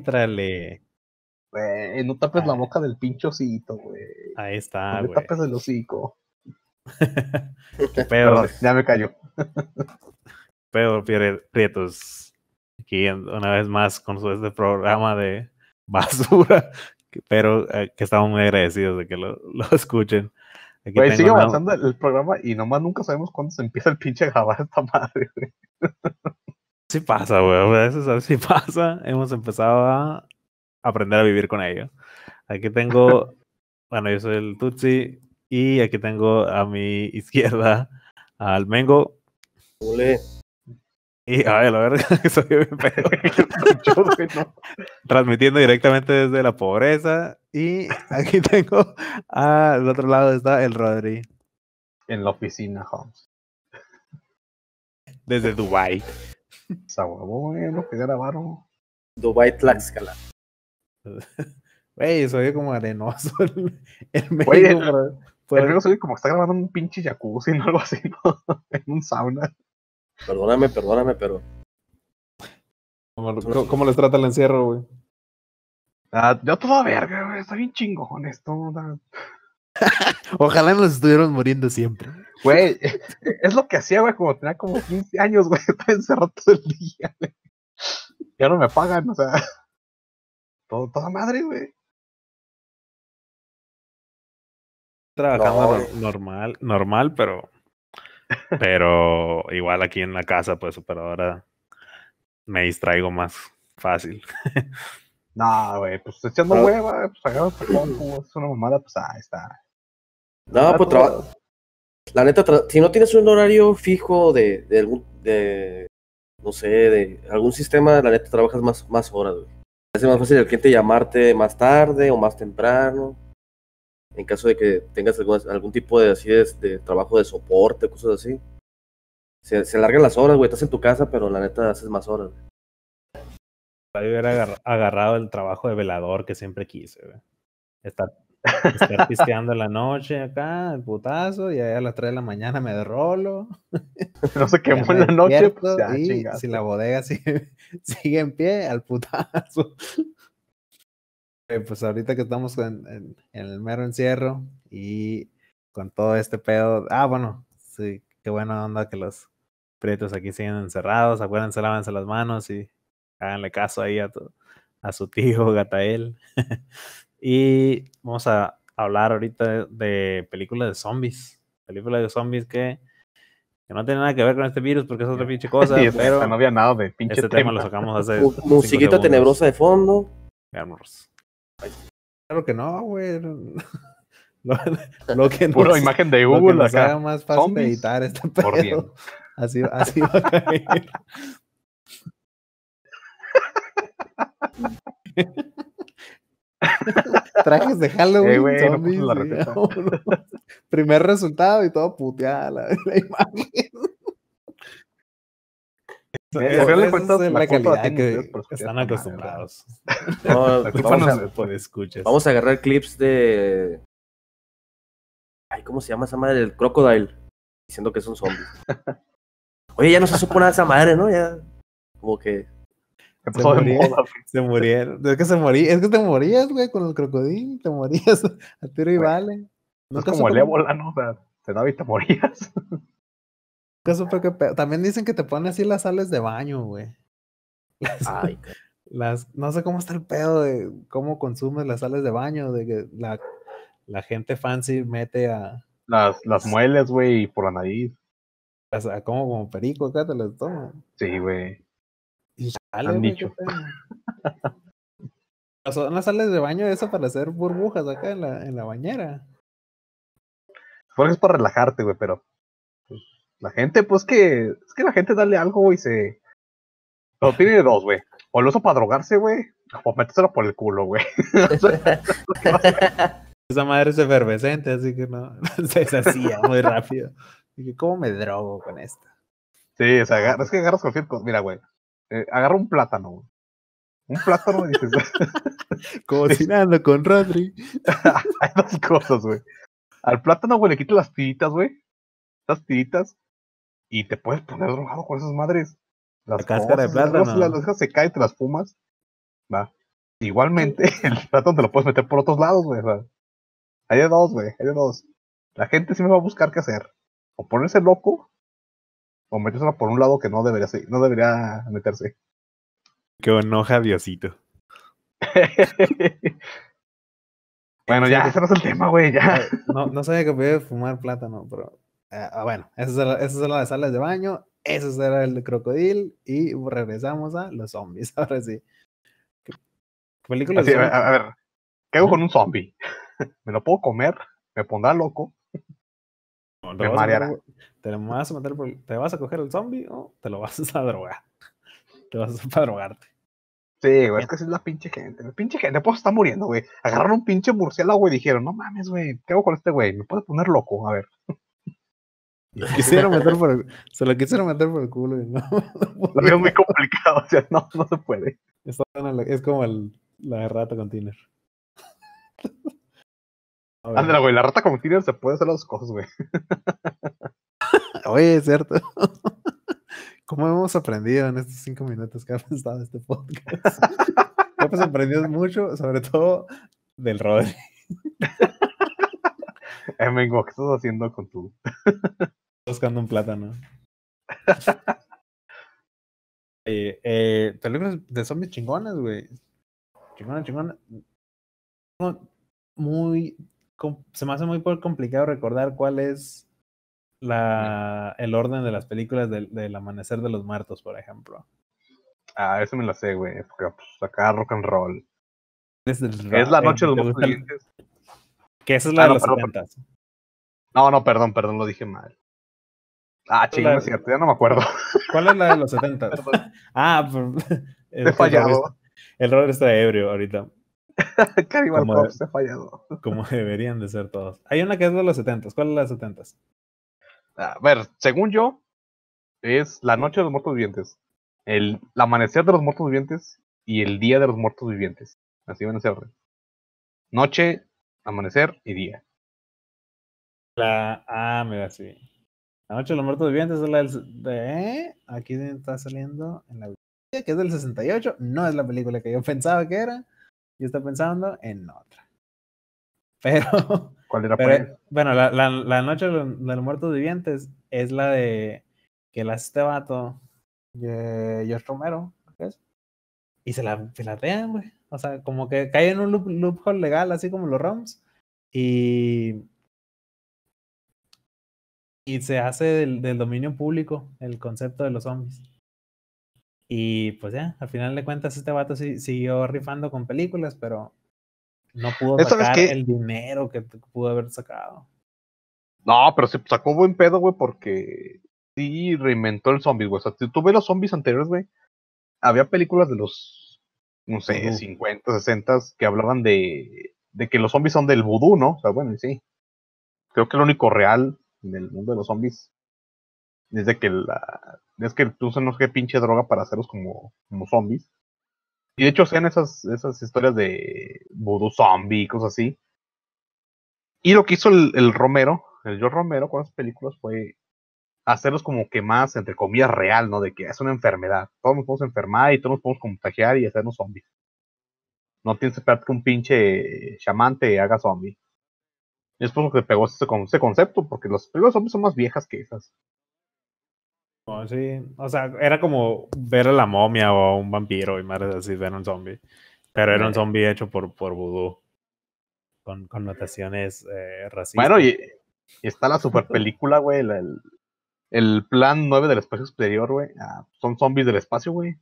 Éntrale. Güey, no tapes la boca del pinchocito, güey. Ahí está, No me güey. tapes el hocico. ¿Qué pedo? Perdón, ya me cayó. Pedo, Prietos. Aquí una vez más con este programa de basura. Pero que estamos muy agradecidos de que lo escuchen. Aquí Güey, tengo sigue una... avanzando el programa y nomás nunca sabemos cuándo se empieza el pinche a grabar esta madre, güey. Sí pasa, güey. A veces sí pasa. Hemos empezado a aprender a vivir con ello. Aquí tengo... Bueno, yo soy el Tutsi. Y aquí tengo a mi izquierda al Mengo. Ole. Y a ver, soy bien pedo. Yo, güey, no. Transmitiendo directamente desde la pobreza. Y aquí tengo al otro lado está el Rodri. En la oficina, Holmes. Desde Dubai. Esa huevo, güey, lo que grabaron. Dubai Tlaxcala. Güey, soy como arenoso el Güey, Mengo. El amigo soy como que está grabando un pinche jacuzzi o algo así, ¿no? En un sauna. Perdóname, pero... ¿Cómo les trata el encierro, güey? Yo toda verga, güey, está bien chingón esto. Ojalá nos estuviéramos muriendo siempre. Güey, es lo que hacía, güey, como tenía como 15 años, güey, estaba encerrado todo el día, güey. Ya no me pagan, o sea, toda madre, güey. Trabajando normal, pero igual aquí en la casa, pues, pero ahora me distraigo más fácil. No, güey, pues echando hueva, pues agarras tu compu, es una mamada, pues ahí está. No, pues la neta, si no tienes un horario fijo de algún, no sé, de algún sistema, la neta trabajas más horas, güey. Hace más fácil el cliente llamarte más tarde o más temprano. En caso de que tengas algún tipo de así de trabajo de soporte, cosas así. Se alargan las horas, güey. Estás en tu casa, pero la neta haces más horas, güey. Yo hubiera agarrado el trabajo de velador que siempre quise, güey. Estar pisteando en la noche acá, el putazo, y ahí a las 3 de la mañana me derrolo. No se quemó en la noche, pues ya, y chingaste. si la bodega sigue en pie, al putazo. Pues ahorita que estamos en el mero encierro y con todo este pedo, bueno, sí, qué buena onda que los prietos aquí siguen encerrados. Acuérdense, lávense las manos y háganle caso ahí a su tío Gatael. Y vamos a hablar ahorita de películas de zombies. Películas de zombies que no tienen nada que ver con este virus porque es otra pinche cosa, Sí, pero no había nada de pinche este tema lo sacamos hace musiquita tenebrosa de fondo. Veamos. Claro que no, güey. Lo que pura imagen de Google, lo que nos acá. haga más fácil Zombies editar este pedo. mordiendo. Así va a caer. Trajes de Halloween, güey, zombies, no puse la receta. Primer resultado y todo puteada la imagen. Esa es la calidad que están acostumbrados. Vamos a agarrar clips de... Ay, ¿cómo se llama esa madre? El Crocodile. Diciendo que son zombies. Oye, ya no se supo nada de esa madre, ¿no? Ya... Como que... Se murieron. Es que te morías, güey, con el crocodilo. Te morías a tiro y vale. Es como el ébola, ¿no? O sea, te daba y te morías. También dicen que te ponen así las sales de baño, güey. Ay, no sé cómo está el pedo de cómo consumes las sales de baño, de que la gente fancy mete a... Las mueles, güey, por la nariz. Como perico acá te las toman. Sí, güey. Y sale, güey, son las sales de baño eso para hacer burbujas acá en la bañera. Porque es para relajarte, güey, pero pues, la gente, pues es que la gente dale algo, güey, Pero tiene dos, güey. O lo usa para drogarse, güey, o metérselo por el culo, güey. Esa madre es efervescente, así que no se deshacía muy rápido. Dije, ¿cómo me drogo con esto? Sí, o sea, es que agarras cualquier cosa. Mira, güey, agarra un plátano, güey. Un plátano y dices... Cocinando con Rodri. Hay dos cosas, güey. Al plátano, güey, le quitas las tiritas, güey. Estas tiritas. Y te puedes poner drogado con esas madres. La cáscara de plátano. Las dejas se caen y te las fumas. Va. Igualmente, el ratón te lo puedes meter por otros lados, güey. O sea, hay de dos, güey, hay de dos. La gente sí me va a buscar qué hacer. O ponerse loco, o meterse por un lado que no debería meterse. Que enoja a Diosito. Bueno, ya, ese no es el tema, güey, ya. No sabía que podía fumar plátano, pero bueno, eso es la de salas de baño, eso era el de crocodil y regresamos a los zombies. Ahora sí. ¿Qué películas Así, son? a ver, ¿qué hago con un zombie? ¿Me lo puedo comer? ¿Me pondrá loco? No, ¿Me mareará? ¿Te vas a coger el zombie o te lo vas a drogar? Te vas a drogarte. Sí, güey, es que así es la pinche gente. La pinche gente, pues está muriendo, güey. Agarraron un pinche murciélago y dijeron, no mames, güey, ¿qué hago con este güey? ¿Me puede poner loco? A ver. Se lo quisieron meter por el culo y no. Lo veo muy complicado, o sea, no se puede. Es como la rata con Tiner. Ándale, güey, la rata con Tinder se puede hacer las cosas, güey. Oye, es cierto. ¿Cómo hemos aprendido en estos 5 minutos que ha estado este podcast? Hemos aprendido mucho, sobre todo del Rodri. Mengo, ¿qué estás haciendo con tu...? Buscando un plátano. Películas de zombies chingonas, güey. Chingona. Se me hace muy complicado recordar cuál es el orden de las películas del Amanecer de los Muertos, por ejemplo. Ah, eso me lo sé, güey. Porque pues, acá rock and roll. Es la noche de los muertos vivientes. Que esa es la de los 70s. No, perdón, lo dije mal. Chingo, es cierto, ya no me acuerdo. ¿Cuál es la de los 70s? He fallado. El Rodri está ebrio ahorita. Cannibal Corpse, he fallado. Como deberían de ser todos. Hay una que es de los 70s. ¿Cuál es la de los 70s? A ver, según yo, es la noche de los muertos vivientes, el amanecer de los muertos vivientes y el día de los muertos vivientes. Así van a ser. Noche, amanecer y día. Mira, sí. La noche de los muertos vivientes es la de... Aquí está saliendo en la Wikipedia, que es del 68. No es la película que yo pensaba que era. Yo estaba pensando en otra. Pero... ¿Cuál era? Pues? Bueno, la noche de los muertos vivientes es la de que la hace este vato, George Romero, ¿qué es? Y se la pelatean, güey. O sea, como que cae en un loophole legal, así como los ROMs. Y se hace del dominio público el concepto de los zombies. Y pues ya, al final de cuentas este vato siguió rifando con películas, pero no pudo sacar el dinero que pudo haber sacado. No, pero se sacó buen pedo, güey, porque sí reinventó el zombie, güey. O sea, si tú ves los zombies anteriores, güey, había películas de los, no sé, 50, 60 que hablaban de que los zombies son del vudú, ¿no? O sea, bueno, sí. Creo que lo único real en el mundo de los zombies es que tú usas no sé qué pinche droga para hacerlos como zombies. Y de hecho hacían esas historias de vudú zombie y cosas así. Y lo que hizo el Romero, el George Romero con esas películas fue hacerlos como que más, entre comillas, real, ¿no? De que es una enfermedad. Todos nos podemos enfermar y todos nos podemos contagiar y hacernos zombies. No tienes que esperar que un pinche chamán te haga zombie. Y es por lo que pegó ese concepto, porque las películas zombies son más viejas que esas. Oh, sí, o sea, era como ver a la momia o a un vampiro y madres así, ver un zombie. Pero era un zombie hecho por vudú. Con connotaciones racistas. Bueno, y está la super película, güey, el plan 9 del espacio exterior, güey. Son zombies del espacio, güey.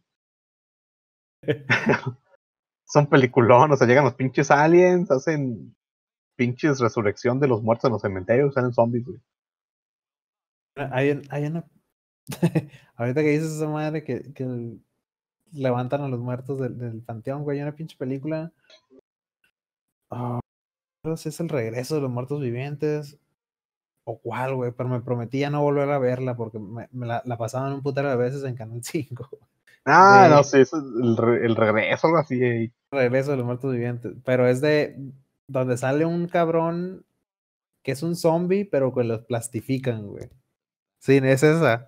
Son peliculón, o sea, llegan los pinches aliens, hacen pinches resurrección de los muertos en los cementerios, salen zombies, güey. Hay una... Ahorita que dices esa madre que levantan a los muertos del panteón, güey, hay una pinche película. No sé si es El regreso de los muertos vivientes o cuál, güey, pero me prometí ya no volver a verla porque me la pasaban un putero de veces en Canal 5. No sé, es el regreso, algo así. El regreso de los muertos vivientes, pero es de donde sale un cabrón que es un zombie, pero que los plastifican, güey. Sí, es esa.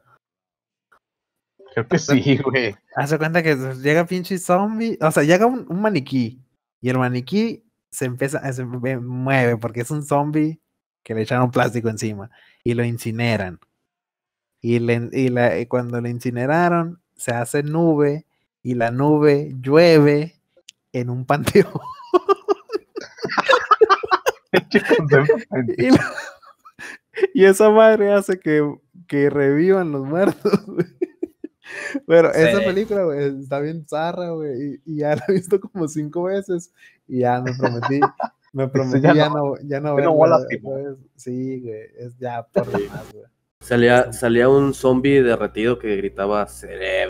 Creo que sí, güey. Hace cuenta que llega pinche zombie, o sea, llega un maniquí Y el maniquí se mueve porque es un zombie que le echaron plástico encima y lo incineran. Y cuando lo incineraron, se hace nube y la nube llueve en un panteón. y, y esa madre hace que revivan los muertos. Pero esa película, güey, está bien zarra, güey, y ya la he visto como 5 veces y ya me prometí ya no verla. Sí, güey, es ya por demás, güey. Salía un zombie derretido que gritaba cerebro.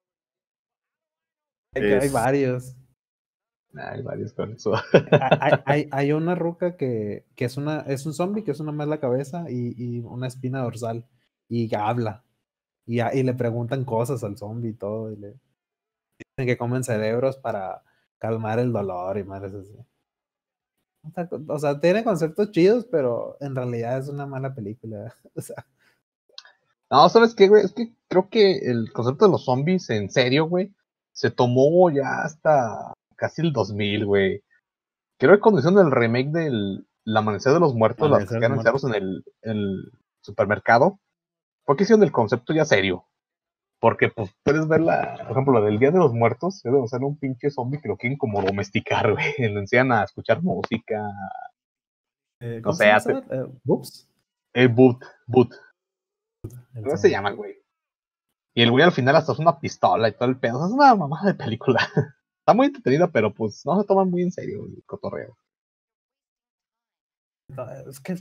Hay varios. Hay varios con eso. hay una ruca que es un zombie que es una más la cabeza y una espina dorsal y habla. Y le preguntan cosas al zombie y todo. Y le dicen que comen cerebros para calmar el dolor y madres así. O sea, tiene conceptos chidos, pero en realidad es una mala película. O sea. No, ¿sabes qué, güey? Es que creo que el concepto de los zombies, en serio, güey, se tomó ya hasta casi el 2000, güey. Creo que cuando hicieron el remake del El Amanecer de los Muertos, las que quedan encerrados en el supermercado, fue que hicieron el concepto ya serio. Porque, pues, puedes ver por ejemplo, la del Día de los Muertos, debe ser un pinche zombie que lo quieren como domesticar, güey. Lo enseñan a escuchar música. No sé, ¿Boots? Boot. ¿Cómo se llama, güey? Y el güey al final hasta es una pistola y todo el pedo. O sea, es una mamada de película. Está muy entretenida, pero pues no se toman muy en serio el cotorreo. Es que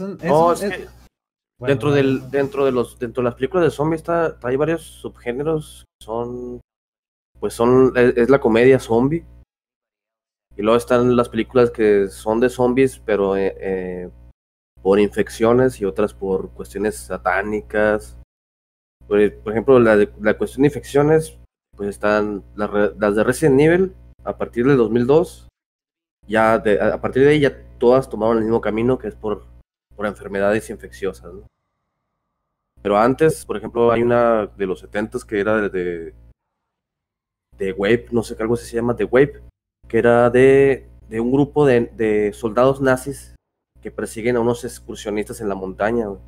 dentro de las películas de zombies hay varios subgéneros que es la comedia zombie. Y luego están las películas que son de zombies, pero por infecciones y otras por cuestiones satánicas. Por ejemplo, la cuestión de infecciones, pues están las de Resident Evil a partir del 2002. A partir de ahí ya todas tomaron el mismo camino, que es por enfermedades infecciosas, ¿no? Pero antes, por ejemplo, hay una de los 70s que era de Wave, no sé qué algo se llama, de Wave, que era de un grupo de soldados nazis que persiguen a unos excursionistas en la montaña, güey.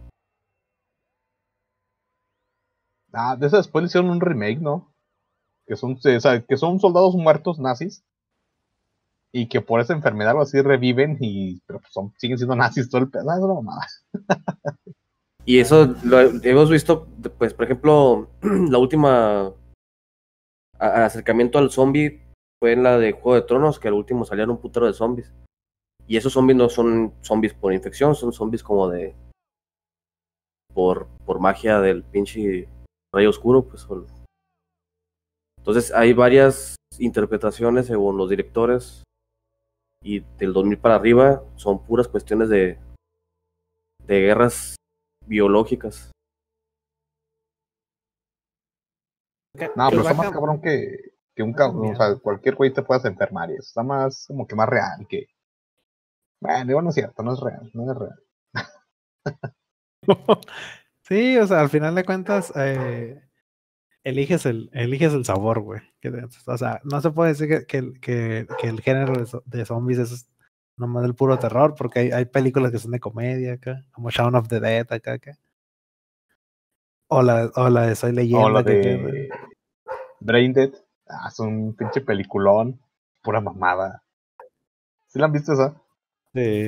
De eso después le hicieron un remake, ¿no? Que son soldados muertos nazis y que por esa enfermedad o así reviven pero pues siguen siendo nazis todo el pedo. Es una mamada. Y eso lo hemos visto, pues, por ejemplo, la última acercamiento al zombie fue en la de Juego de Tronos, que al último salieron un putero de zombies. Y esos zombies no son zombies por infección, son zombies como por magia del pinche rayo oscuro, pues. Entonces hay varias interpretaciones según los directores, y del 2000 para arriba son puras cuestiones de guerras biológicas. No, pero está más cabrón que un cabrón. O sea, cualquier güey te puedas enfermar y eso está más, como que más real que... Bueno, igual no es cierto, no es real. Sí, o sea, al final de cuentas, eliges el sabor, güey. O sea, no se puede decir que el género de zombies es nomás el puro terror, porque hay películas que son de comedia acá, como Shaun of the Dead acá. O la de Soy Leyenda. O la de Brain Dead. Es un pinche peliculón. Pura mamada. ¿Sí la han visto esa? Sí.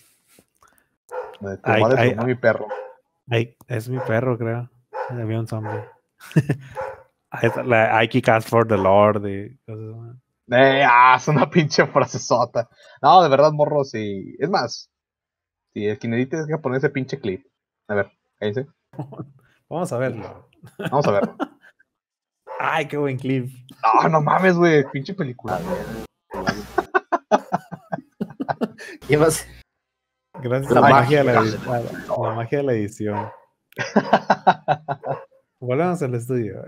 Tu madre es mi perro. Es mi perro, creo. Había un zombie. I kick ass for the Lord. Es una pinche frasezota. No, de verdad, morro, sí. Es más, si el quien edite es que poner ese pinche clip. A ver, cállense. Vamos a verlo. Vamos a verlo. Ay, qué buen clip. No mames, güey, pinche película. ¿Qué más? Gracias a la magia de la edición. Volvemos al estudio.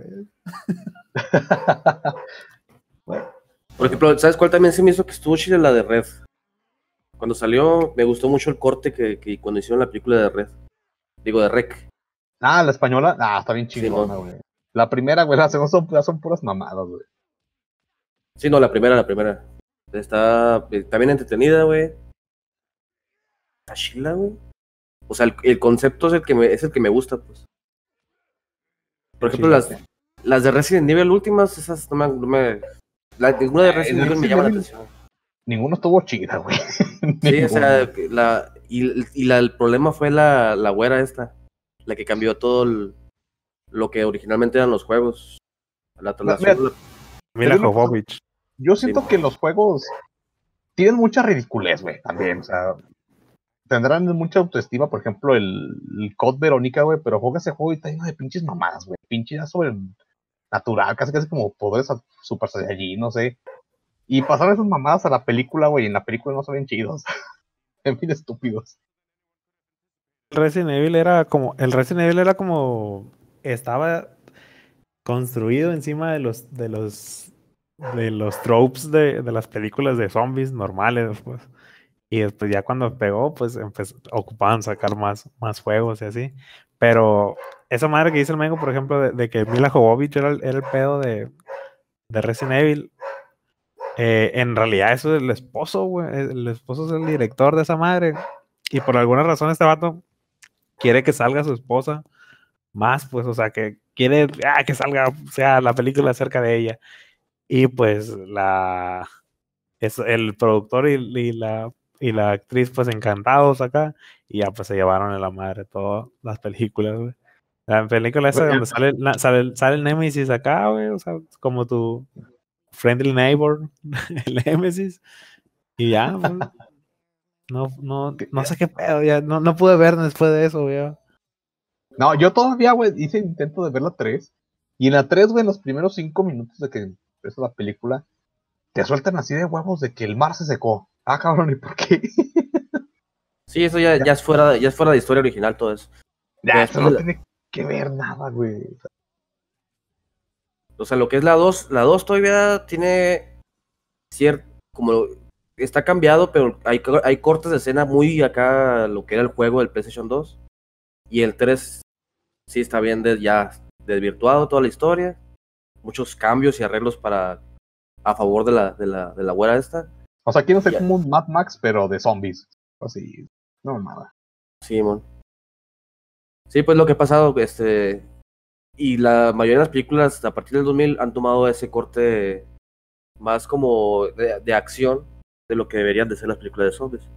Por ejemplo, ¿sabes cuál también se me hizo que estuvo chida? La de Red. Cuando salió, me gustó mucho el corte que cuando hicieron la película de Red. Digo, de Rec. La española. Está bien chingona, güey. Sí, la primera, güey, las segunda son puras mamadas, güey. Sí, no, la primera. Está bien entretenida, güey. Está chila, güey. O sea, el concepto es el que me gusta, pues. Por ejemplo, las de Resident Evil últimas, esas ninguna de Resident Evil me llama la atención. Ninguno estuvo chida, güey. Sí, o sea, el problema fue la güera esta, la que cambió todo lo que originalmente eran los juegos. La traslación. Mila Jovovich. Yo siento que los juegos tienen mucha ridiculez, güey, también, o sea, tendrán mucha autoestima, por ejemplo, el Code Verónica, güey, pero juega ese juego y está lleno de pinches mamadas, güey, pinches ya sobrenatural, casi como poderes super saiyajin, no sé, y pasaron esas mamadas a la película, güey, y en la película no son bien chidos, en fin, estúpidos. El Resident Evil era como, estaba construido encima de los tropes de las películas de zombies normales, pues. Y después ya cuando pegó, pues ocupaban sacar más juegos y así. Pero esa madre que dice el Mengo, por ejemplo, de que Mila Jovovich era el pedo de Resident Evil, en realidad eso es el esposo, güey. El esposo es el director de esa madre. Y por alguna razón este vato quiere que salga su esposa más, pues, o sea, que quiere que salga, o sea, la película acerca de ella. Y pues el productor y la actriz, pues, encantados acá, y ya pues se llevaron a la madre todas las películas, güey. La película esa donde sale el Némesis acá, güey, o sea, como tu friendly neighbor, el Némesis, y ya, pues, no sé qué pedo, ya, no pude ver después de eso, güey. No, yo todavía, güey, hice el intento de ver la 3, y en la 3, güey, en los primeros 5 minutos de que empezó la película, te sueltan así de huevos de que el mar se secó. Ah, cabrón, ¿y por qué? Sí, eso ya es fuera de historia original todo eso. Ya, eso no tiene que ver nada, güey. O sea, lo que es la 2 todavía tiene como está cambiado, pero hay cortes de escena muy acá, lo que era el juego del PlayStation 2. Y el 3 sí está bien ya desvirtuado toda la historia. Muchos cambios y arreglos a favor de la güera esta. O sea, quiero ser como un Mad Max, pero de zombies. Así, no nada. Sí, mon. Sí, pues lo que ha pasado, y la mayoría de las películas a partir del 2000 han tomado ese corte más como de acción de lo que deberían de ser las películas de zombies.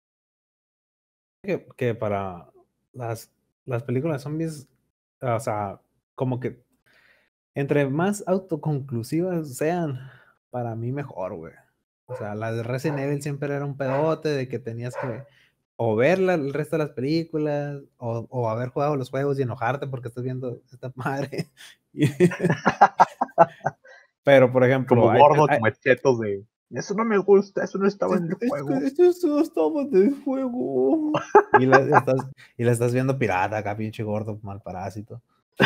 Que para las películas de zombies, o sea, como que entre más autoconclusivas sean, para mí mejor, güey. O sea, la de Resident Evil siempre era un pedote de que tenías que o ver el resto de las películas o haber jugado los juegos y enojarte porque estás viendo esta madre. Pero, por ejemplo... Como gordo, como chetos de... Eso no me gusta, eso no estaba en el juego. Eso no estaba en el juego. Y la estás viendo pirata acá, pinche gordo, mal parásito.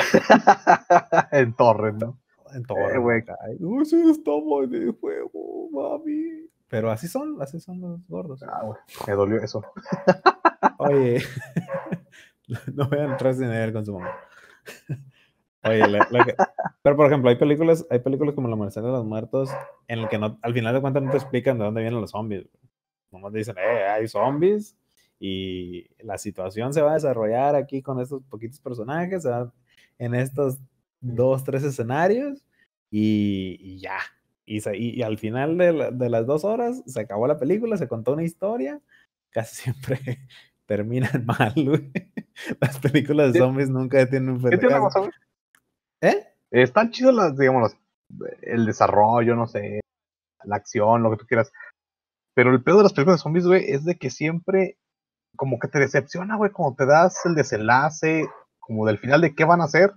En Torres, ¿no? En Torres, güey. Eso no estaba en el juego, mami. Pero así son los gordos. Ah, güey, me dolió eso. Oye, no voy a entrar sin él con su mamá. Oye, pero por ejemplo, hay películas como El Amanecer de los Muertos en el que al final de cuentas no te explican de dónde vienen los zombies. Nomás te dicen, hay zombies y la situación se va a desarrollar aquí con estos poquitos personajes, en estos 2, 3 escenarios y ya. Y al final de las 2 horas se acabó la película, se contó una historia, casi siempre terminan mal, güey. Las películas de zombies nunca tienen un fracaso. Están chidas las, digamos, el desarrollo, no sé, la acción, lo que tú quieras. Pero el pedo de las películas de zombies, güey, es de que siempre como que te decepciona, güey, como te das el desenlace, como del final de qué van a hacer,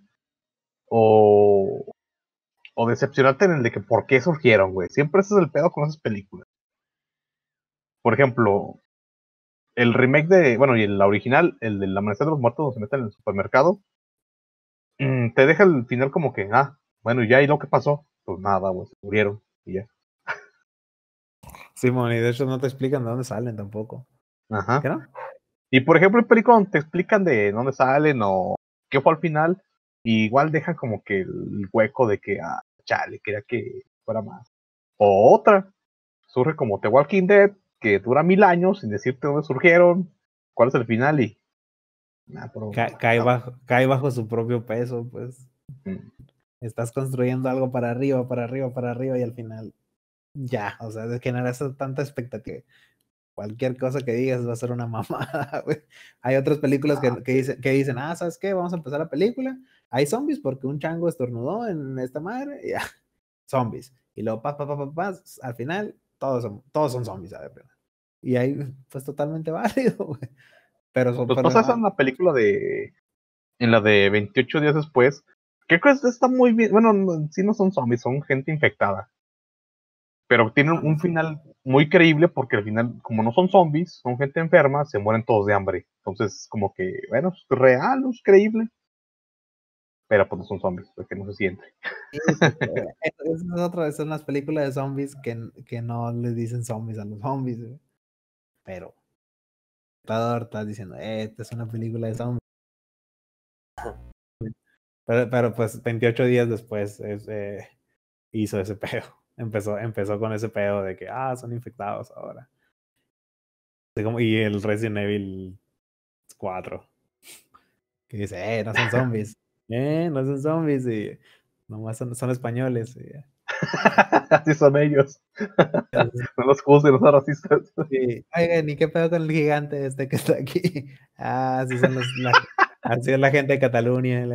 o decepcionarte en el de que por qué surgieron, güey. Siempre ese es el pedo con esas películas. Por ejemplo, el remake y la original, el de La Amanecer de los Muertos, donde se meten en el supermercado, te deja el final como que, bueno, ya, ¿y lo que pasó? Pues nada, güey, se murieron y ya. Simón, y de hecho no te explican de dónde salen tampoco. Ajá. ¿Qué no? Y por ejemplo, el película donde te explican de dónde salen o qué fue al final, y igual dejan como que el hueco de que, chale, quería que fuera más. O otra, surge como The Walking Dead, que dura 1000 años sin decirte dónde surgieron, cuál es el final y... Cae bajo su propio peso, pues. Mm. Estás construyendo algo para arriba, para arriba, para arriba y al final ya, o sea, generas tanta expectativa. Cualquier cosa que digas va a ser una mamada, güey. Hay otras películas que dicen, ¿sabes qué? Vamos a empezar la película. Hay zombies porque un chango estornudó en esta madre y ya, zombies. Y luego, al final, todos son zombies, ¿sabes? Y ahí, pues totalmente válido, güey. Pero pues pasa eso en la película en la de 28 días después, que creo que está muy bien, bueno, sí no son zombies, son gente infectada. Pero tienen un final muy creíble porque al final, como no son zombies, son gente enferma, se mueren todos de hambre. Entonces, como que, bueno, es real, es creíble. Pero pues no son zombies, porque no se siente. Son las películas de zombies que no les dicen zombies a los zombies, güey. Pero estás diciendo, esta es una película de zombies. Pero pues 28 días después hizo ese pedo. Empezó con ese pedo de que, son infectados ahora. Y el Resident Evil 4. Que dice, no son zombies. No son zombies. Y nomás son españoles. Así son ellos. No los juzguen, no son racistas. Sí. Oigan, ¿y qué pedo con el gigante este que está aquí? Así así es la gente de Cataluña.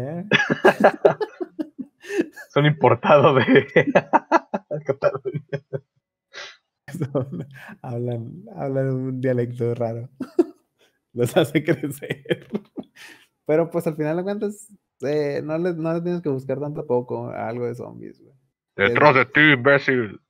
Son importados de Cataluña. Hablan un dialecto raro. Los hace crecer. Pero pues al final de cuentas, no le tienes que buscar tampoco algo de zombies, güey. Detrás de ti, imbécil.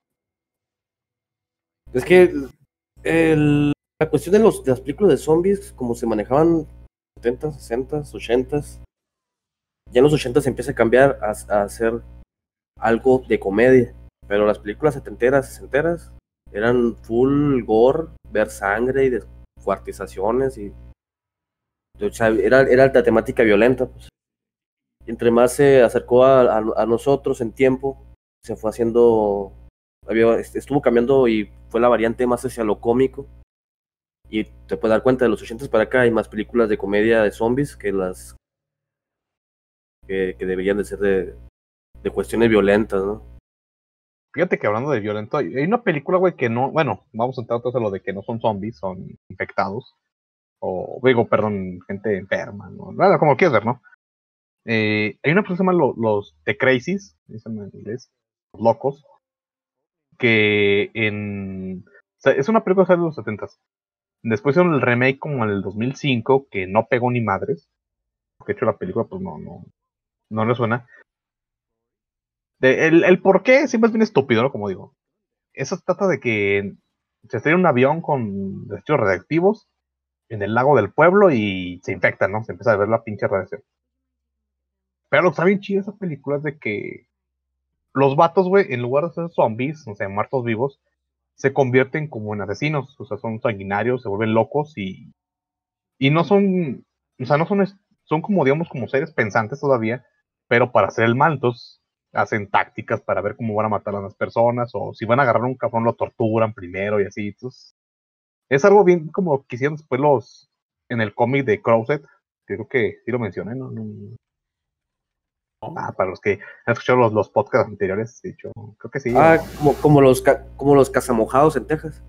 Es que la cuestión de las películas de zombies, como se manejaban 70, 60, 80, ya en los 80 se empieza a cambiar a hacer algo de comedia. Pero las películas setenteras, sesenteras eran full gore, ver sangre y descuartizaciones y o sea, era la temática violenta, pues. Entre más se acercó a nosotros en tiempo, se fue haciendo, estuvo cambiando y fue la variante más hacia lo cómico. Y te puedes dar cuenta, de los 80 para acá hay más películas de comedia de zombies que las que deberían de ser de cuestiones violentas, ¿no? Fíjate que hablando de violento, hay una película, güey, que no, bueno, vamos a entrar otra vez a lo de que no son zombies, son infectados. O digo, perdón, gente enferma, ¿no? Bueno, como quieras ver, ¿no? Hay una película que se llama los The Crazies, dicen en inglés, los locos, que o sea, es una película de los 70s. Después hicieron el remake como en el 2005, que no pegó ni madres. De hecho, la película, pues no le suena. El por qué siempre es bien estúpido, ¿no? Como digo. Eso trata de que se estrella un avión con desechos radiactivos en el lago del pueblo y se infectan, ¿no? Se empieza a ver la pinche radiación. Pero lo que está bien chido de esa película es de que los vatos, güey, en lugar de ser zombies, o sea, muertos vivos, se convierten como en asesinos. O sea, son sanguinarios, se vuelven locos y no son, o sea, no son, son como, digamos, como seres pensantes todavía, pero para hacer el mal. Entonces, hacen tácticas para ver cómo van a matar a las personas, o si van a agarrar a un cabrón, lo torturan primero y así. Entonces, es algo bien como que hicieron después en el cómic de Crowset, que creo que sí lo mencioné, ¿no? Para los que han escuchado los podcasts anteriores, de hecho, creo que sí. Como los cazamojados en Texas.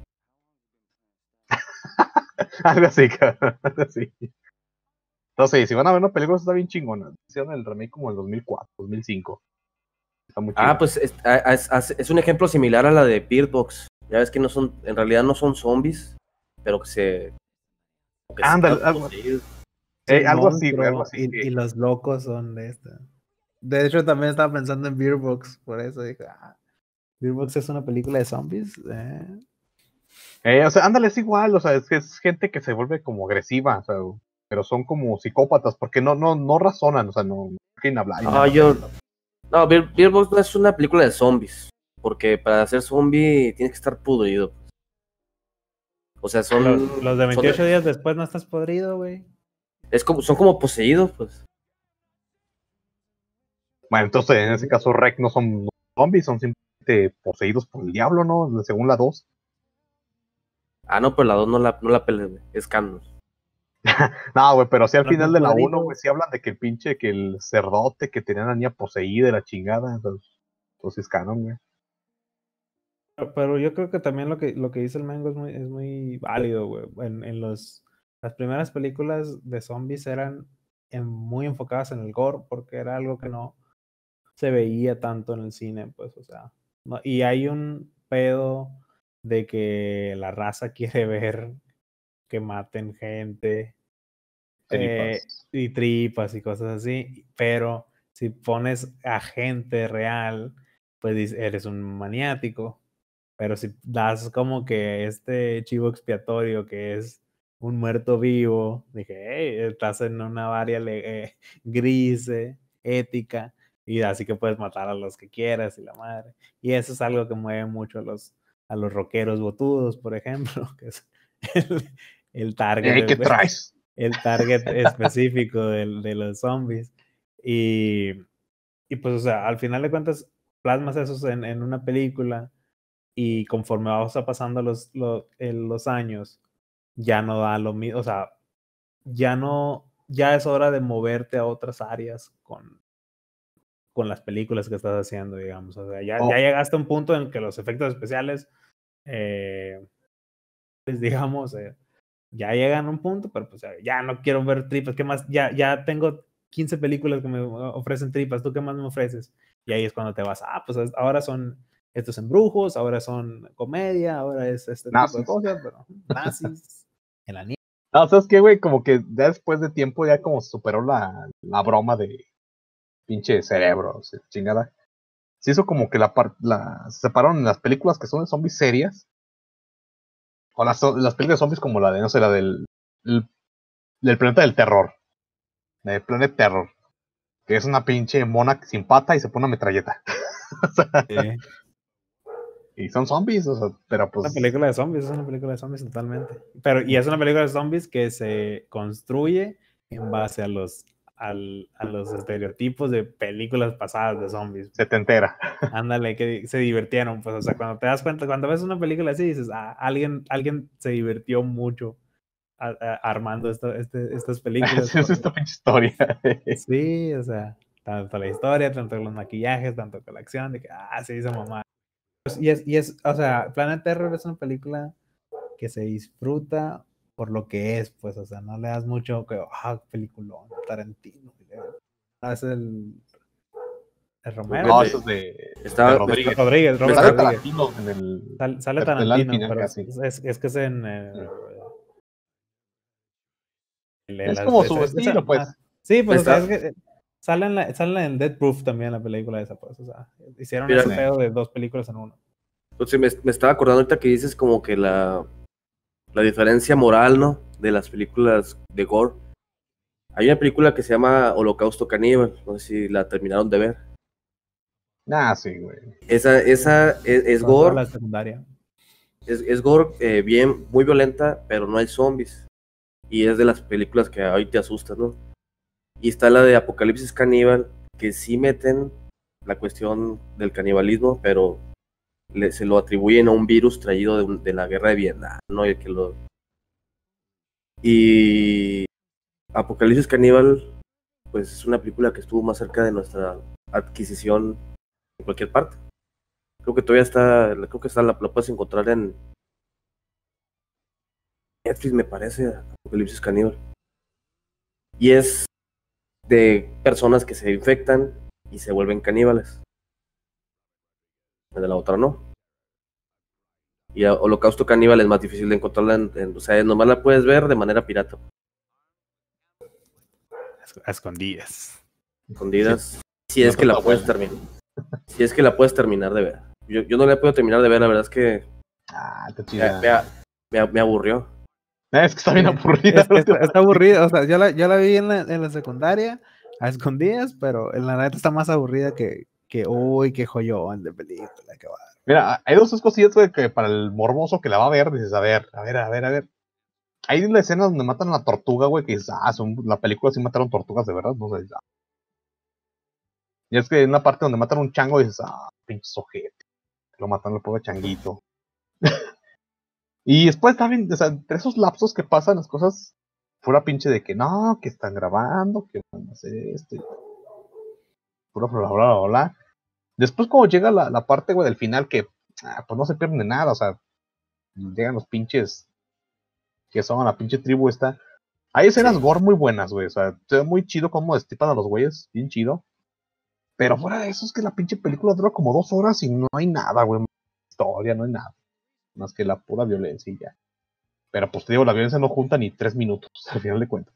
Algo así, algo así. Entonces, si van a ver una película, está bien chingona. Hicieron el remake como en el 2004, 2005. Está muy chido. Pues es un ejemplo similar a la de Bird Box. Ya ves que en realidad no son zombies, pero que Ándale, algo así, güey, algo así. Y los locos son de esta. De hecho, también estaba pensando en Beer Box, por eso dije, Beer Box es una película de zombies. O sea, ándale, es igual, o sea, es gente que se vuelve como agresiva, o sea, pero son como psicópatas, porque no razonan, o sea, no quieren hablar. No, Beer Box no es una película de zombies, porque para ser zombie tienes que estar pudrido. O sea, los de 28 días después no estás podrido, güey. Son como poseídos, pues. Bueno, entonces en ese caso Rec no son zombies, son simplemente poseídos por el diablo, ¿no? Según la 2. Ah, no, pero la 2 no la peleé, güey. Es canon. No, güey, pero sí al Los final de la 1, cuadritos. güey, sí hablan de que el pinche, que el cerdote que tenía a la niña poseída y la chingada. Entonces es canon, güey. Pero yo creo que también lo que dice el Mango es muy válido, güey. Las primeras películas de zombies eran muy enfocadas en el gore porque era algo que no se veía tanto en el cine, pues, o sea. Y hay un pedo de que la raza quiere ver que maten gente Tripas. y tripas y cosas así, pero si pones a gente real, pues eres un maniático. Pero si das como que este chivo expiatorio que es un muerto vivo, dije, hey, estás en una área gris, ética, y así que puedes matar a los que quieras y la madre. Y eso es algo que mueve mucho a los rockeros botudos, por ejemplo, que es el, el target, ¿Qué traes? el target específico de los zombies. Y, y pues, o sea, al final de cuentas, plasmas eso en una película y conforme vamos pasando los años, ya no da lo mismo, o sea, ya es hora de moverte a otras áreas con las películas que estás haciendo, digamos. O sea, ya llegaste a un punto en que los efectos especiales, pues digamos, ya llegan a un punto, pero pues ya no quiero ver tripas, ¿qué más? Ya tengo 15 películas que me ofrecen tripas, ¿tú qué más me ofreces? Y ahí es cuando te vas, pues ahora son estos embrujos, ahora son comedia, ahora es este tipo de Nazis. cosas, pero nazis, en la nieve. No, ¿sabes qué, güey? Como que ya después de tiempo ya como superó la broma de pinche cerebro, o sea, chingada. Se hizo como que se separaron en las películas que son de zombies serias. O las películas de zombies como la de, no sé, la del planeta del terror. De Planet Terror. Que es una pinche mona sin pata y se pone una metralleta. Sí. Y son zombies, o sea, pero pues. Una película de zombies, es una película de zombies totalmente. Y es una película de zombies que se construye en base a los estereotipos de películas pasadas de zombies. Se te entera. Ándale, que se divirtieron, pues, o sea, cuando te das cuenta, cuando ves una película así, dices, alguien se divirtió mucho armando estas películas. Es esta pinche historia. Sí, o sea, tanto la historia, tanto los maquillajes, tanto con la acción, de que, se hizo mamá. O sea, Planet Terror es una película que se disfruta por lo que es, pues, o sea, no le das mucho que, peliculón, Tarantino. Es el Romero. No, eso es de Rodríguez. Robert Sale Rodríguez. Tarantino en el. Sale del al Tarantino, final pero casi. es que es en. Es como su estilo, pues. Sí, pues, o sea, Está- es que sale en Death Proof también la película esa, pues, o sea, hicieron Mira, ese pedo de 2 películas en uno. Pues sí, me estaba acordando ahorita que dices como que la diferencia moral, ¿no? De las películas de gore. Hay una película que se llama Holocausto Caníbal, no sé si la terminaron de ver. Sí, güey. Esa es Toda gore, la secundaria. es gore bien, muy violenta, pero no hay zombies. Y es de las películas que hoy te asustan, ¿no? Y está la de Apocalipsis Caníbal, que sí meten la cuestión del canibalismo, pero se lo atribuyen a un virus traído de la guerra de Vietnam, ¿no? Y Apocalipsis Caníbal, pues es una película que estuvo más cerca de nuestra adquisición en cualquier parte. Creo que todavía la puedes encontrar en Netflix, me parece, Apocalipsis Caníbal. Y es de personas que se infectan y se vuelven caníbales. De la otra no. Y Holocausto Caníbal es más difícil de encontrarla, o sea, nomás la puedes ver de manera pirata. A escondidas. Escondidas. Si es que la puedes terminar. Si es que la puedes terminar de ver. Yo no la puedo terminar de ver, la verdad es que Está chida. me aburrió. Es que está bien aburrida. Está aburrida, o sea, yo la vi en la secundaria a escondidas, pero en la neta está más aburrida que uy, qué joyón de película, qué va. Mira, hay dos cosillas, güey, que para el morboso que la va a ver, dices, a ver. Hay una escena donde matan a la tortuga, güey, que dices, la película sí mataron tortugas de verdad, no sé. Y es que en una parte donde matan a un chango, dices, pinche ojete. Lo matan al pobre changuito. Y después también, o sea, entre esos lapsos que pasan las cosas, pura pinche de que no, que están grabando, que van a hacer esto, y pura bla, bla, bla, bla. Después cuando llega la parte, güey, del final, que pues no se pierde de nada, o sea, llegan los pinches que son a la pinche tribu esta. Hay escenas gore muy buenas, güey, o sea, se ve muy chido cómo destripan a los güeyes, bien chido. Pero fuera de eso es que la pinche película dura como 2 horas y no hay nada, güey, historia, no hay nada. Más que la pura violencia y ya. Pero pues te digo, la violencia no junta ni 3 minutos, al final de cuentas.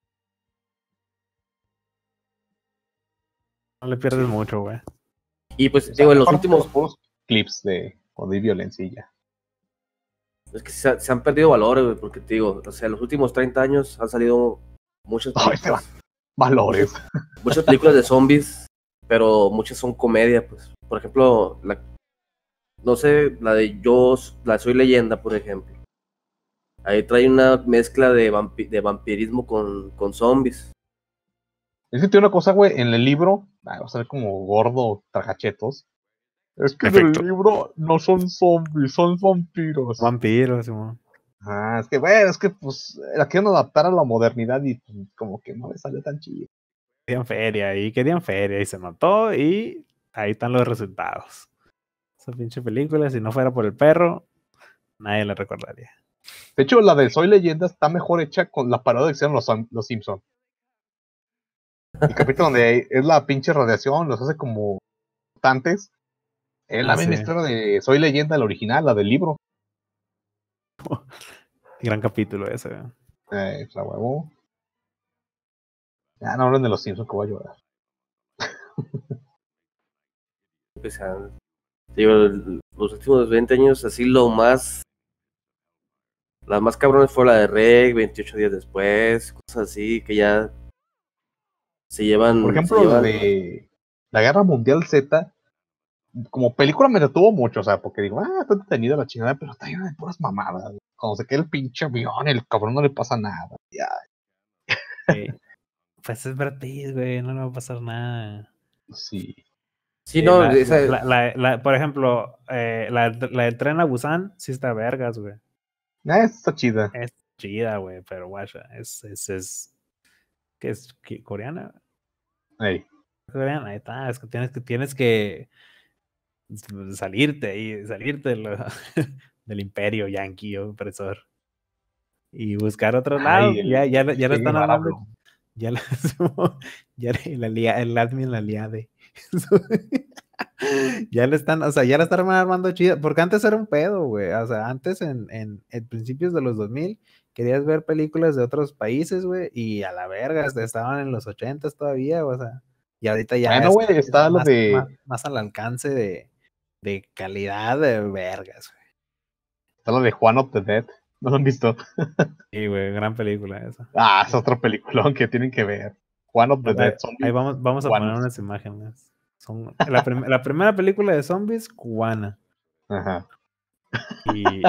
No le pierdes mucho, güey. Y pues, O sea, digo, en los mejor últimos... puros clips de cuando hay violencia y ya. Es que se han perdido valores, güey, porque te digo, o sea, en los últimos 30 años han salido muchas Ay, películas, valores. muchas películas de zombies, pero muchas son comedia, pues. Por ejemplo, no sé, la Soy Leyenda, por ejemplo. Ahí trae una mezcla de vampirismo con zombies. Es que tiene una cosa, güey, en el libro, va a ser como gordo, tragachetos. Es que Perfecto. en el libro no son zombies, son vampiros. Vampiros, Simón. Es que, bueno, es que pues la quieren adaptar a la modernidad y pues, como que no le salió tan chido. Querían feria y se notó y ahí están los resultados. Esa pinche película, si no fuera por el perro, nadie la recordaría. De hecho, la de Soy Leyenda está mejor hecha con la parodia que hicieron los Simpsons. El capítulo donde es la pinche radiación, los hace como mutantes. Es la misma Sí. historia de Soy Leyenda, la original, la del libro. Gran capítulo ese. La huevo. Ya no hablan de los Simpsons que voy a llorar. O sea, digo, los últimos 20 años, así las más cabrones fue la de Reg, 28 días después, cosas así que ya se llevan. Por ejemplo, la de la Guerra Mundial Z, como película me detuvo mucho, o sea, porque digo, está detenida la chingada, pero está llena de puras mamadas. Cuando se queda el pinche avión, el cabrón no le pasa nada. Ya. Pues es Brad Pitt, güey, no le va a pasar nada. Sí. Sí, no, por ejemplo, la del tren a Busan, sí está vergas, güey. Está chida. Es chida, güey, pero guacha, ¿qué es? ¿Coreana? Hey. Coreana, ahí está, es que tienes que salirte del imperio yanqui opresor y buscar otro lado. Ya lo están armando. El admin la liade. Ya le están armando chida, porque antes era un pedo, güey. O sea, antes en principios de los 2000 querías ver películas de otros países, güey, y a la verga, estaban en los 80s todavía, o sea, y ahorita ya bueno, güey, está lo más al alcance de calidad de vergas, güey. Está lo de Juan of the Dead. ¿No lo han visto? Sí, güey, gran película esa. Es otro peliculón que tienen que ver. Juan of the Dead. Ahí vamos a poner unas imágenes. Son la primera película de zombies cubana. Ajá. Y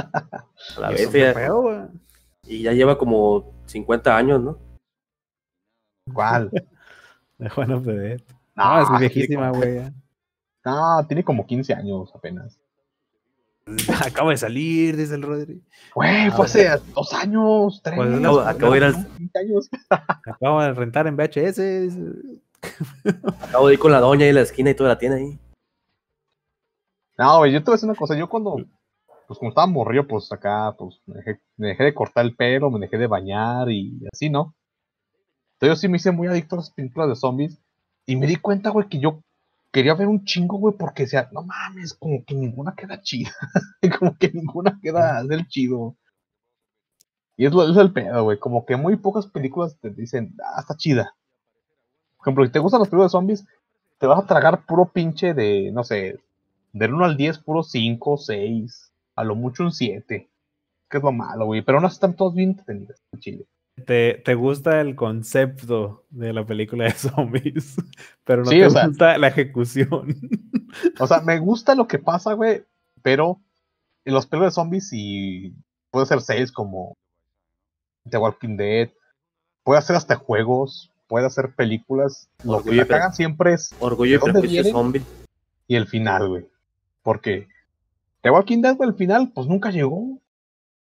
y ya lleva como 50 años, ¿no? ¿Cuál? De Juan of the Dead. No, es viejísima, güey. No, tiene como 15 años apenas. Acaba de salir, dice el Rodri. Güey, fue hace 2 años, 3. Pues acabo de ir 15 años. Acabo de rentar en VHS. Acabo de ir con la doña ahí en la esquina y toda la tiene ahí. No, güey, yo te voy a decir una cosa. Yo cuando, pues como estaba morrido, pues acá, pues me dejé de cortar el pelo, me dejé de bañar y así, ¿no? Entonces yo sí me hice muy adicto a las películas de zombies y me di cuenta, güey, que yo quería ver un chingo, güey, porque decía, no mames, como que ninguna queda chida. Como que ninguna queda del chido. Y es el pedo, güey. Como que muy pocas películas te dicen, está chida. Por ejemplo, si te gustan las películas de zombies, te vas a tragar puro pinche de, no sé, del 1 al 10, puro 5, 6, a lo mucho un 7. Que es lo malo, güey. Pero no están todos bien entretenidas, chile. Te gusta el concepto de la película de zombies, pero no sí, te gusta la ejecución. O sea, me gusta lo que pasa, güey, pero en los películas de zombies sí puede ser series como The Walking Dead, puede hacer hasta juegos, puede hacer películas. Lo que me cagan siempre es Orgullo y Prejuicio Zombie y el final, güey. Porque The Walking Dead, güey, el final, pues nunca llegó.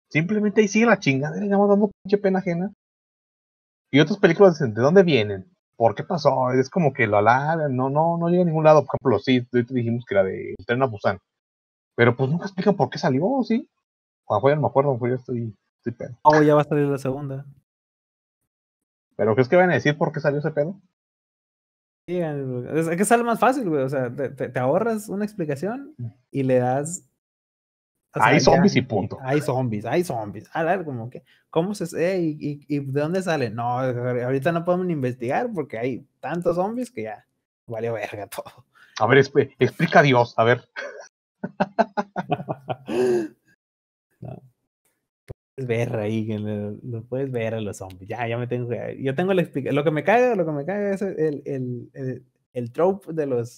Simplemente ahí sigue la chingadera, ya vamos dando pinche pena ajena. Y otras películas dicen, ¿de dónde vienen? ¿Por qué pasó? Es como que lo alargan, no llega a ningún lado. Por ejemplo, sí, ahorita dijimos que era de El Tren a Busan. Pero pues nunca explican por qué salió, ¿sí? A lo mejor ya no me acuerdo, a lo mejor ya estoy pedo. Oh, ya va a salir la segunda. ¿Pero crees que van a decir por qué salió ese pedo? Sí, es que sale más fácil, güey. O sea, te ahorras una explicación y le das. O sea, Hay ya zombies y punto. hay zombies. A ver, como que, ¿cómo se y de dónde sale? No, ahorita no podemos ni investigar porque hay tantos zombies que ya valió verga todo. A ver, explica a Dios, a ver. No, puedes ver ahí, que lo puedes ver a los zombies. Ya me tengo que. Yo tengo la explicación. Lo que me caga es el trope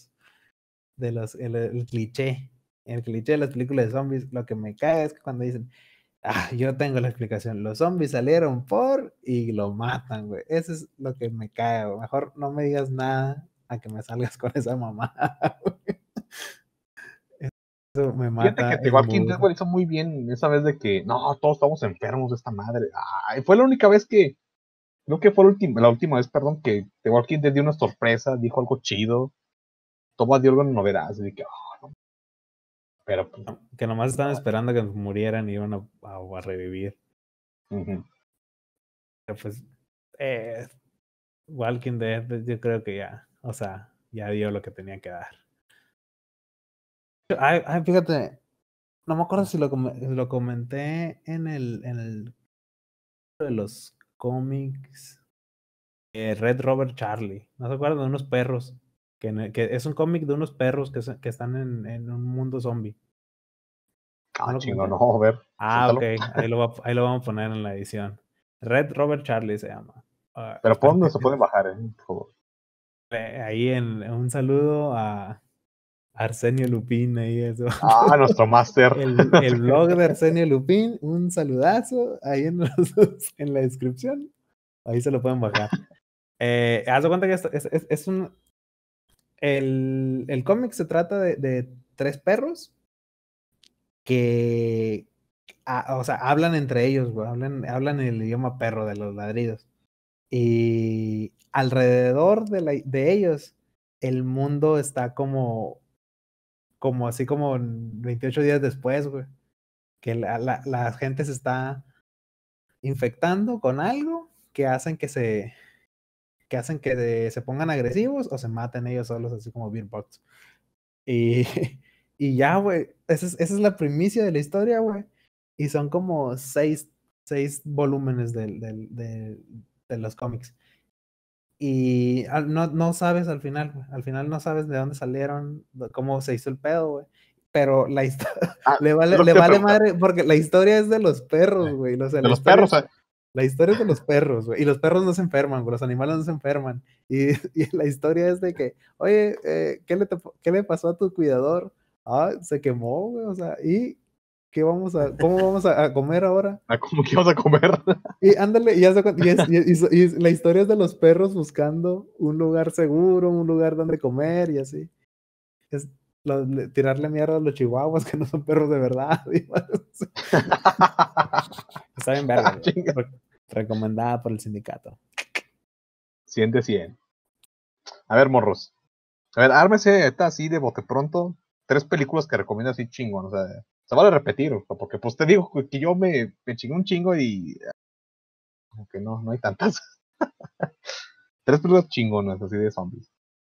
el cliché. El cliché de las películas de zombies. Lo que me caga es que cuando dicen, yo tengo la explicación. Los zombies salieron y lo matan, güey. Eso es lo que me caga, güey. Mejor no me digas nada a que me salgas con esa mamá. Eso me Fíjate mata que The el Walking Dead, mood. güey, hizo muy bien esa vez de que, no, todos estamos enfermos de esta madre. Ay, fue la única vez que, creo que fue la última vez, perdón, que The Walking Dead dio una sorpresa, dijo algo chido, Toma dio algo en novedad, así de que, no. Pero pues, Que nomás estaban esperando que murieran y iban a revivir. uh-huh. Pero pues, Walking Dead, yo creo que ya, o sea, ya dio lo que tenía que dar. Fíjate, no me acuerdo si lo comenté en el de los cómics. Red Robert Charlie. ¿No se acuerdan de unos perros? Que es un cómic de unos perros que están en un mundo zombie. ¿No lo Chingo, comenté? no, a ver, Ok. suéltalo. Ahí lo vamos a poner en la edición. Red Robert Charlie se llama. Pero ¿por dónde se pueden bajar, por favor? Ahí en un saludo a Arsenio Lupín, ahí eso. Nuestro máster. El blog de Arsenio Lupín, un saludazo ahí en la descripción. Ahí se lo pueden bajar. Haz de cuenta que esto es un. El cómic se trata de tres perros que, o sea, hablan entre ellos, güey, hablan el idioma perro de los ladridos. Y alrededor de ellos, el mundo está como así como 28 días después, güey. Que la gente se está infectando con algo que hacen que se pongan agresivos o se maten ellos solos, así como Beer Box. Y, y ya, güey, esa es la primicia de la historia, güey. Y son como seis volúmenes de los cómics. Y no sabes al final, güey. Al final no sabes de dónde salieron, cómo se hizo el pedo, güey. Pero la historia le vale madre, porque la historia es de los perros, güey. O sea, de los perros, la historia es de los perros, güey. Y los perros no se enferman, güey. Los animales no se enferman. Y la historia es de que, oye, ¿qué le pasó a tu cuidador? Se quemó, güey. O sea, ¿y cómo vamos a comer ahora? ¿Cómo que ibas a comer? Y ándale, y la historia es de los perros buscando un lugar seguro, un lugar donde comer y así. Es tirarle mierda a los chihuahuas que no son perros de verdad. Está bien verga. Recomendada por el sindicato. 100 de 100. A ver, morros. A ver, ármese esta así de bote pronto. 3 películas que recomiendo así chingón. O sea, se vale repetir, porque pues te digo que yo me chingué un chingo y como que no hay tantas. 3 películas chingonas así de zombies.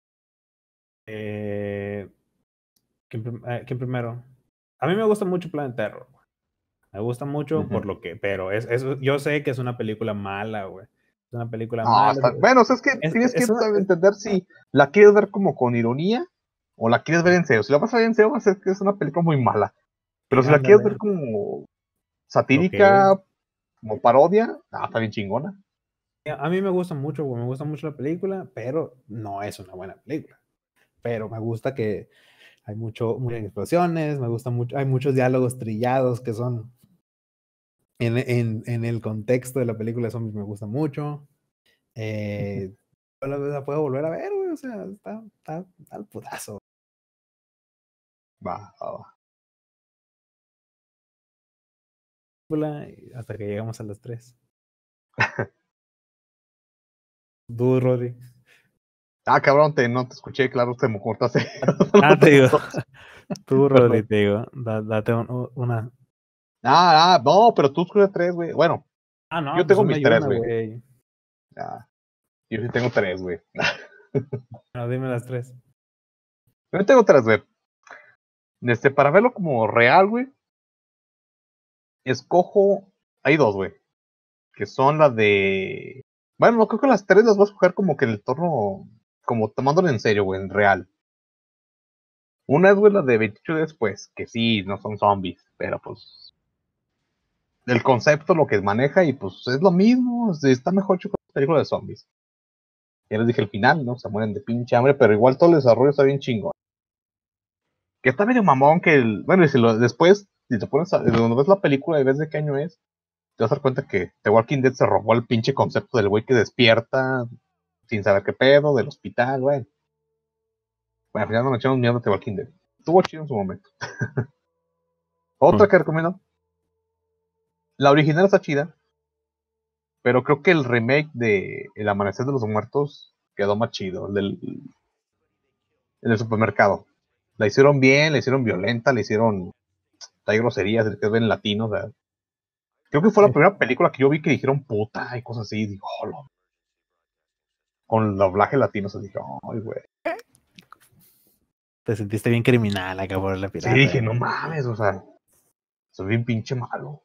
¿Quién primero? A mí me gusta mucho Planet Terror. Me gusta mucho por lo que, pero yo sé que es una película mala, güey. Es una película mala. Bueno, o sea, es que tienes que entender si la quieres ver como con ironía o la quieres ver en serio. Si la vas a ver en serio, va a ser que es una película muy mala. Pero si la quieres ver como satírica, como parodia, está bien chingona. A mí me gusta mucho, güey. Me gusta mucho la película, pero no es una buena película. Pero me gusta que hay muchas explosiones, me gusta mucho, hay muchos diálogos trillados que son en el contexto de la película de zombies, me gusta mucho. La puedo volver a ver, güey, o sea, está al putazo. Va. hasta que llegamos a las 3. Tú, Rodri. Cabrón, no te escuché, claro, te me cortaste. Te digo. Tú, Rodri, te digo. Date una. No, pero tú escuchas 3, güey. Bueno, No, yo pues tengo una mis y 3, una, güey. Yo sí tengo 3, güey. No, dime las 3. Yo tengo 3, güey. Para verlo como real, güey, escojo. Hay 2, güey. Que son las de. Bueno, no creo que las 3 las voy a escoger como que en el torno. Como tomándolo en serio, güey, en real. Una es, güey, la de 28 después. Que sí, no son zombies. Pero pues. El concepto, lo que maneja, y pues es lo mismo. Está mejor hecho que la película de zombies. Ya les dije el final, ¿no? Se mueren de pinche hambre, pero igual todo el desarrollo está bien chingón. Que está medio mamón que bueno, y después, si te pones cuando ves la película y ves de qué año es, te vas a dar cuenta que The Walking Dead se robó el pinche concepto del güey que despierta sin saber qué pedo, del hospital, güey. Bueno, al final no me echamos miedo a The Walking Dead. Estuvo chido en su momento. Otra que recomiendo. La original está chida, pero creo que el remake de El Amanecer de los Muertos quedó más chido, el del supermercado. La hicieron bien, la hicieron violenta, la hicieron. Hay groserías, el que ven latinos. O sea, creo que fue la primera película que yo vi que dijeron puta y cosas así. Digo, con el doblaje latino se dije, ay, güey. Te sentiste bien criminal acá por la pirata. Sí, dije, no mames, o sea, soy bien pinche malo.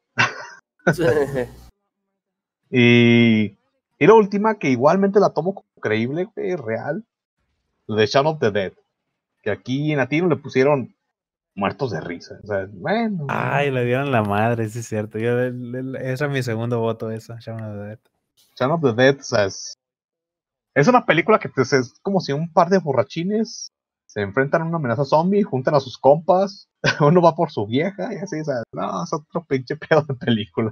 y la última, que igualmente la tomo como creíble, güey, real, de Shaun of the Dead. Que aquí en latino le pusieron muertos de risa. O sea, bueno. Ay, le dieron la madre, sí es cierto. Ese es mi segundo voto, esa, Shaun of the Dead. Shaun of the Dead, o sea, es una película que pues, es como si un par de borrachines se enfrentan a una amenaza zombie, juntan a sus compas, uno va por su vieja y así, o sea, no, es otro pinche pedo de película.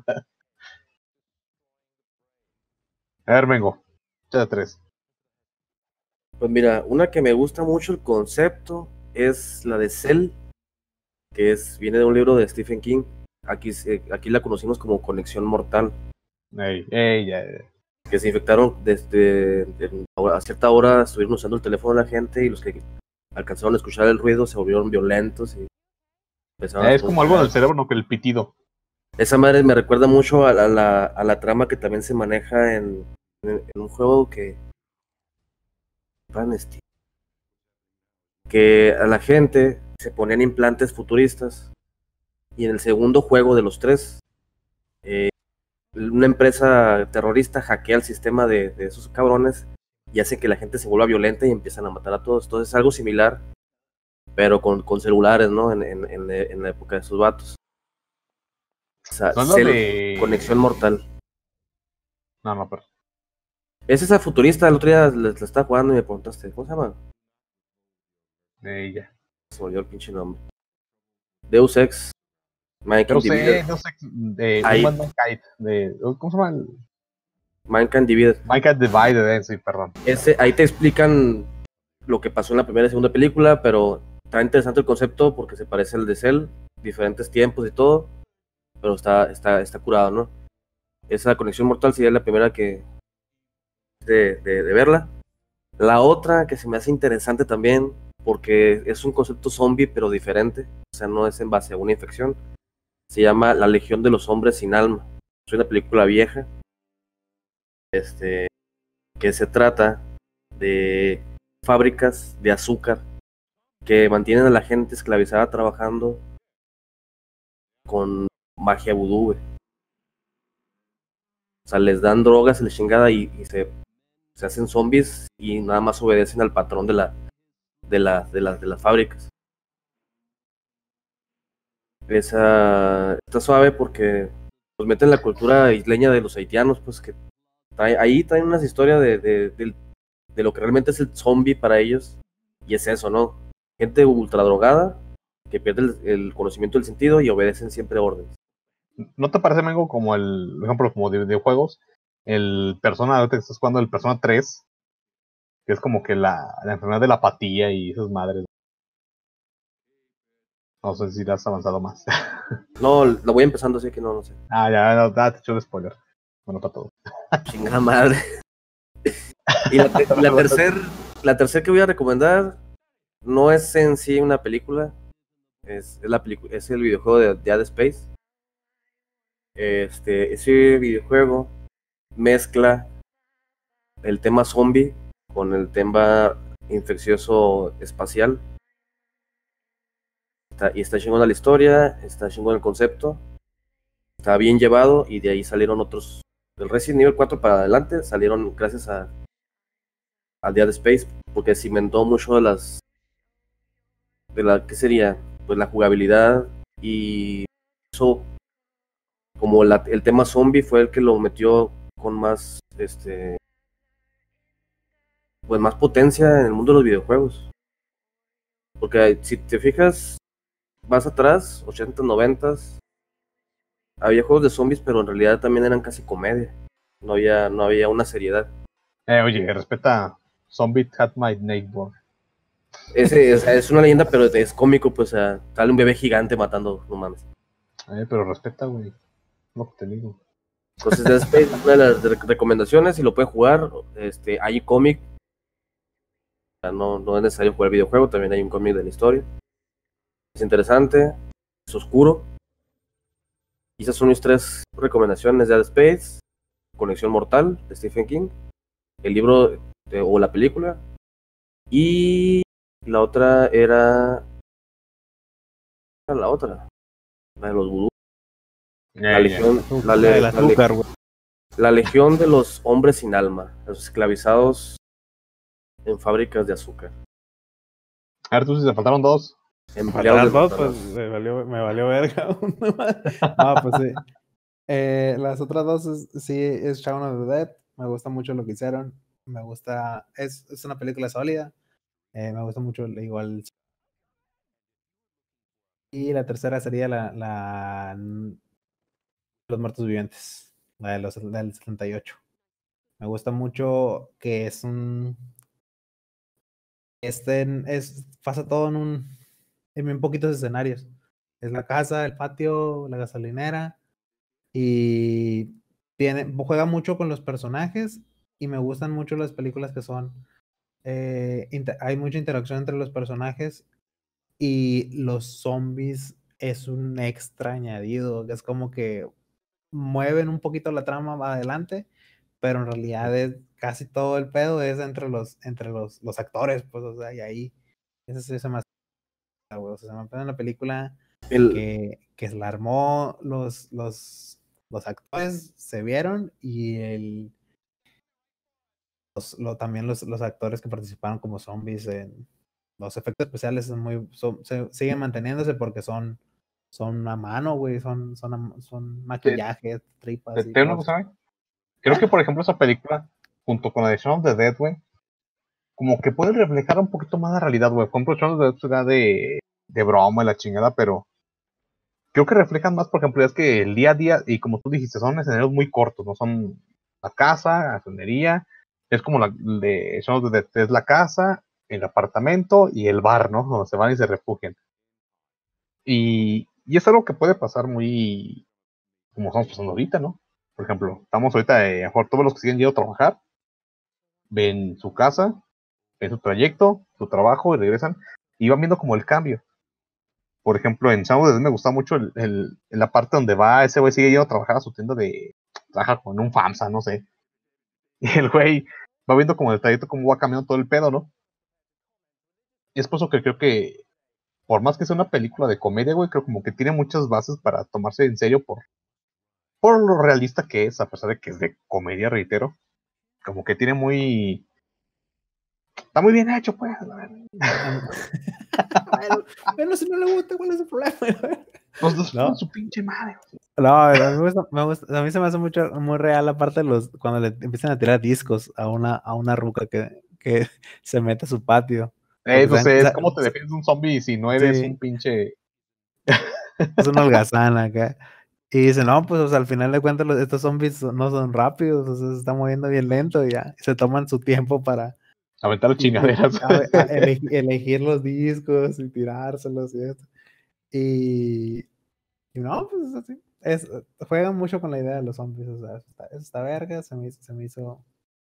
A ver, vengo, de 3. Pues mira, una que me gusta mucho el concepto es la de Cell, que viene de un libro de Stephen King. Aquí la conocimos como Conexión Mortal. Ya. Que se infectaron a cierta hora, estuvieron usando el teléfono de la gente y los que alcanzaron a escuchar el ruido se volvieron violentos y empezaron Es como algo del cerebro, no que el pitido. Esa madre me recuerda mucho a la trama que también se maneja en un juego que a la gente se ponían implantes futuristas y en el segundo juego de los 3 una empresa terrorista hackea el sistema de esos cabrones y hace que la gente se vuelva violenta y empiezan a matar a todos. Entonces es algo similar, pero con celulares, ¿no? En la época de esos vatos. O sea, Conexión Mortal. No, pero. Es esa futurista, el otro día la estaba jugando y me preguntaste, ¿cómo se llama? Ya. Se me olvidó el pinche nombre. Deus Ex. Deus Ex, ¿cómo se llama? Mankind Divided. Mankind Divided, sí, perdón. Ahí te explican lo que pasó en la primera y segunda película, pero está interesante el concepto porque se parece al de Cell, diferentes tiempos y todo, pero está curado, ¿no? Esa Conexión Mortal sería la primera que de verla. La otra que se me hace interesante también, porque es un concepto zombie, pero diferente, o sea, no es en base a una infección, se llama La Legión de los Hombres Sin Alma. Es una película vieja, que se trata de fábricas de azúcar que mantienen a la gente esclavizada trabajando con magia vudú, güey. O sea, les dan drogas, la chingada y se hacen zombies y nada más obedecen al patrón de las fábricas. Está suave porque pues meten la cultura isleña de los haitianos, pues que ahí traen unas historias de lo que realmente es el zombie para ellos, y es eso, ¿no? Gente ultra drogada que pierde el conocimiento del sentido y obedecen siempre órdenes. ¿No te parece, Mengo, como el ejemplo como de videojuegos? El Persona, ahorita que estás jugando el Persona 3, que es como que la enfermedad de la apatía y esas madres. No sé si la has avanzado más. No, la voy empezando, así que no sé. Ya, no, te echo el spoiler. Bueno, para todo. Chingada madre. Y la tercera que voy a recomendar no es en sí una película, es el videojuego de Dead Space. Ese videojuego mezcla el tema zombie con el tema infeccioso espacial. Y está chingona la historia, está chingón el concepto, está bien llevado, y de ahí salieron otros. Del Resident Evil 4 para adelante salieron gracias al Dead Space, porque cimentó mucho ¿qué sería? Pues la jugabilidad, y eso, como el tema zombie fue el que lo metió con más, pues más potencia en el mundo de los videojuegos. Porque si te fijas, vas atrás, 80s, 90s, había juegos de zombies, pero en realidad también eran casi comedia. No había una seriedad. Oye, respeta Zombie Had My Neighbor. Es una leyenda, pero es cómico, pues, sale un bebé gigante matando, no mames. Pero respeta, güey. Lo que te digo. Entonces, Dead Space es una de las recomendaciones, y lo pueden jugar. Hay cómic. No es necesario jugar el videojuego, también hay un cómic de la historia. Es interesante, es oscuro. Y esas son mis 3 recomendaciones: Dead Space, Conexión Mortal de Stephen King, el libro o la película, y la otra era la de los vudú. La legión, la legión de los hombres sin alma, los esclavizados en fábricas de azúcar. A ver, tú, si te faltaron 2. Empleados dos, pues me valió verga. No, pues sí. Las otras 2 sí es Shaun of the Dead. Me gusta mucho lo que hicieron. Me gusta, es una película sólida. Me gusta mucho igual. Y la tercera sería Los Muertos Vivientes, la de del 78. Me gusta mucho que pasa todo en bien poquitos escenarios. Es la casa, el patio, la gasolinera, y juega mucho con los personajes, y me gustan mucho las películas que son hay mucha interacción entre los personajes, y los zombies es un extra añadido, que es como que mueven un poquito la trama adelante, pero en realidad casi todo el pedo es entre los actores, pues, o sea, y ahí eso se me hace, o sea, se me hace una película que se la armó, los actores se vieron, y también los actores que participaron como zombies en los efectos especiales siguen manteniéndose, porque son a mano, güey, son maquillajes, tripas y Tengo una cosa, güey. Creo que, por ejemplo, esa película, junto con la de Shaun of the Dead, güey, como que puede reflejar un poquito más la realidad, güey. Por ejemplo, Shaun of the Dead será de broma y la chingada, pero creo que reflejan más, por ejemplo, es que el día a día, y como tú dijiste, son escenarios muy cortos, no son la casa, la gasolinería, es como la de Shaun of the Dead, es la casa, el apartamento y el bar, ¿no? Donde se van y se refugian. Y es algo que puede pasar muy como estamos pasando ahorita, ¿no? Por ejemplo, estamos ahorita, a lo mejor todos los que siguen yendo a trabajar, ven su casa, ven su trayecto, su trabajo, y regresan, y van viendo como el cambio. Por ejemplo, en Shaun of the Dead me gusta mucho la parte donde va ese güey, sigue yendo a trabajar a su tienda trabaja con un FAMSA, no sé. Y el güey va viendo como el trayecto, cómo va cambiando todo el pedo, ¿no? Y es por eso que creo que, por más que sea una película de comedia, güey, creo como que tiene muchas bases para tomarse en serio por lo realista que es, a pesar de que es de comedia, reitero. Como que tiene está muy bien hecho, pues. Bueno, si no le gusta, ¿cuál es el problema? No, su pinche madre. No, a mí se me hace muy real, aparte cuando le empiezan a tirar discos a una ruca que se mete a su patio. Eso es como te defiendes de un zombie si no eres un pinche... Es una holgazana acá. Y dice, no, pues, o sea, al final de cuentas estos zombies no son rápidos, o sea, se están moviendo bien lento, y ya se toman su tiempo para aventar las chingaderas. Elegir los discos y tirárselos y esto. Y no, pues así. Juegan mucho con la idea de los zombies, o sea, eso está verga, se me hizo...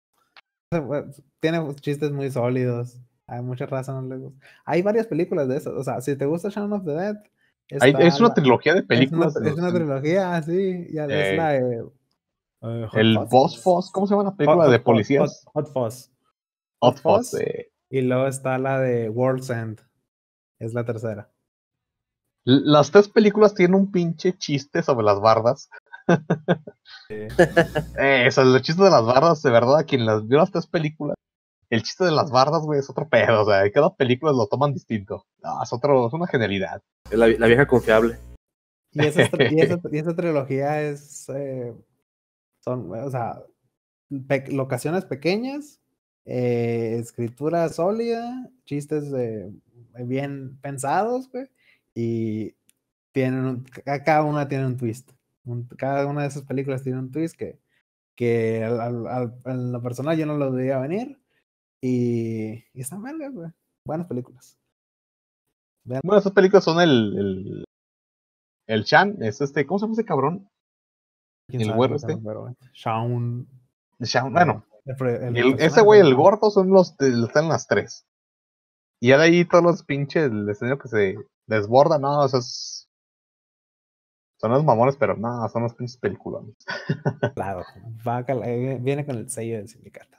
Tiene chistes muy sólidos. Hay mucha raza no le gusta. Hay varias películas de eso. O sea, si te gusta Shaun of the Dead, Es una trilogía de es una, películas. es una trilogía, sí. Ya es la de Hot El Fuzz. Boss Foss, ¿cómo se llama la película de policías? Hot Fuzz. Hot Fuzz. Y luego está la de World's End. Es la tercera. Las tres películas tienen un pinche chiste sobre las bardas. Sí. Eso, el chiste de las bardas, de verdad, quien las vio las tres películas, el chiste de las bardas, güey, es otro pedo. O sea, cada película lo toman distinto. No, es una genialidad. Es la vieja confiable. Y esa trilogía es... son, o sea, locaciones pequeñas, escritura sólida, chistes bien pensados, güey, y cada una tiene un twist. Cada una de esas películas tiene un twist que en lo personal yo no lo veía venir, y están vergas, güey. Buenas películas. Bueno, esas películas son el Chan, es ¿cómo se llama ese cabrón? El güero Shaun. Bueno, ese personaje, güey, el gordo, están las tres. Y ya de ahí todos los pinches, el escenario que se desborda, no, eso es... Son los mamones, pero no, son los pinches peliculones. Claro, viene con el sello del sindicato.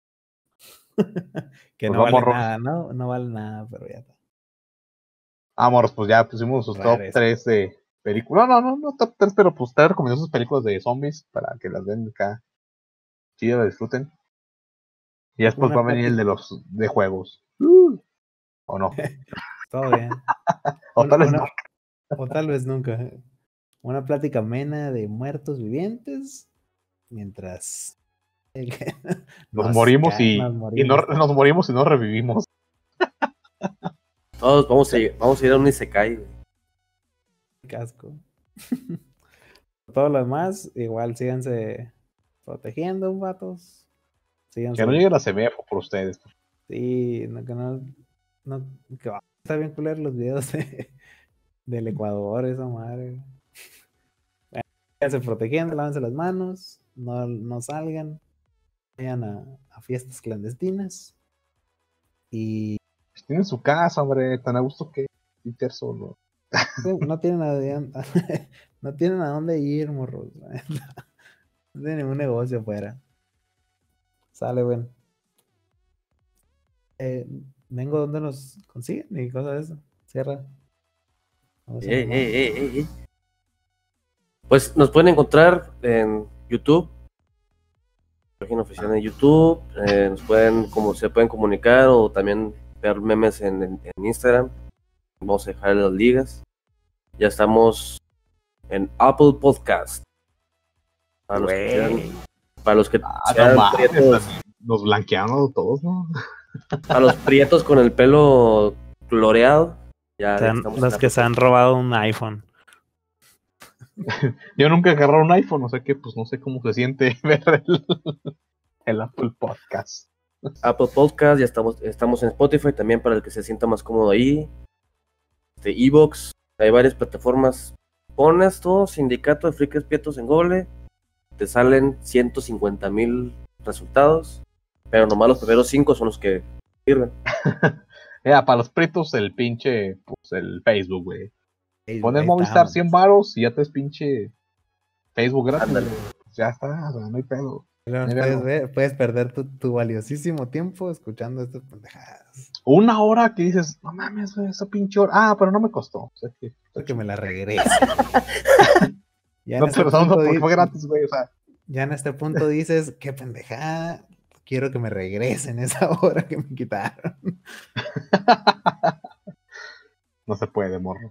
Que Pues no vale vamos, nada, ¿no? No vale nada, pero ya está. Vámonos, pues ya pusimos sus top 3 de películas. No top 3, pero pues te recomiendo sus películas de zombies para que las vean acá. Chido, la disfruten. Y después va a venir el de los de juegos. ¿O no? Todo bien. O tal vez no. O tal vez nunca. Una plática amena de muertos vivientes mientras nos morimos y no revivimos. Todos vamos a ir a un Isekai. Casco. Todo lo demás, igual síganse protegiendo, vatos. Síganse. Que no llegue la CMF por ustedes. Sí, que va a estar bien culero los videos del Ecuador, esa madre. Síganse protegiendo, lávense las manos, no salgan, vayan a fiestas clandestinas y tienen su casa, hombre, tan a gusto que Peter solo. no tienen no tienen a dónde ir, morros. No tienen ningún negocio afuera. Sale, bueno. Vengo donde nos consiguen y cosas de eso. Cierra. Pues nos pueden encontrar en YouTube, página oficial en YouTube. Se pueden comunicar o también ver memes en Instagram. Vamos a dejar las ligas. Ya estamos en Apple Podcast. Para los que sean prietos, nos blanqueamos todos, ¿no? A los prietos con el pelo coloreado. Los que se han robado un iPhone. Yo nunca he agarrado un iPhone, o sea que pues no sé cómo se siente ver el Apple Podcast. Apple Podcast, ya estamos en Spotify también para el que se sienta más cómodo ahí. Evox, hay varias plataformas. Pones todo Sindicato de Frikis Prietos en Google, te salen 150,000 resultados, pero nomás los primeros 5 son los que sirven. Para los prietos el pinche, pues el Facebook, güey. Poner Movistar 100 varos y ya te es pinche Facebook gratis. Ya está, o sea, no hay pedo. Puedes perder tu valiosísimo tiempo escuchando estas pendejadas. Una hora que dices, no mames, güey, esa pinche hora. pero no me costó. O sea, que me la regrese. No, pero porque fue gratis, güey, o sea. Ya en este punto dices, qué pendejada, quiero que me regresen esa hora que me quitaron. No se puede, morro.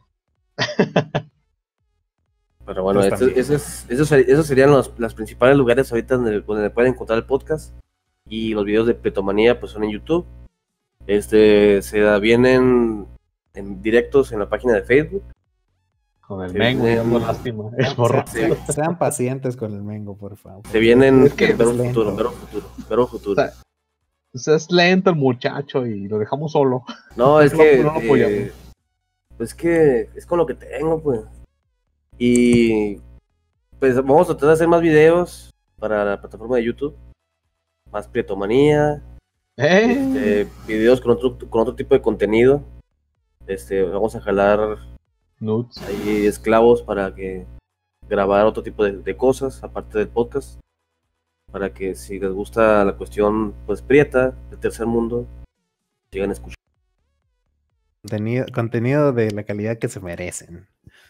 Pero bueno, esos serían los principales lugares ahorita donde pueden encontrar el podcast. Y los videos de Pretomanía pues son en YouTube. Se vienen en directos en la página de Facebook. Con el Mengo, dando lástima. Sean pacientes con el Mengo, por favor. Se vienen Vero Futuro. O sea, es lento el muchacho y lo dejamos solo. No, es que Pues que es con lo que tengo, pues. Y pues vamos a tratar de hacer más videos para la plataforma de YouTube. Más Prietomanía. Videos con otro tipo de contenido. Vamos a jalar Nudes. ahí esclavos para que grabar otro tipo de cosas, aparte del podcast. Para que si les gusta la cuestión, pues, prieta, del tercer mundo, sigan escuchando. Contenido de la calidad que se merecen.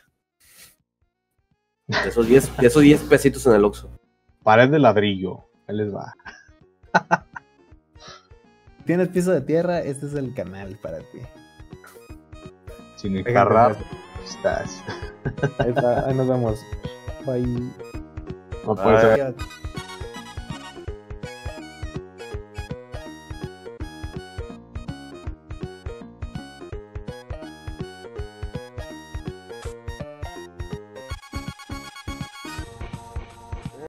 De esos 10 pesitos en el Oxxo. Pared de ladrillo. Ahí les va. ¿Tienes piso de tierra? Este es el canal para ti. Sin encarrar, estás. Ahí nos vemos. Bye. No puede ser. Adiós.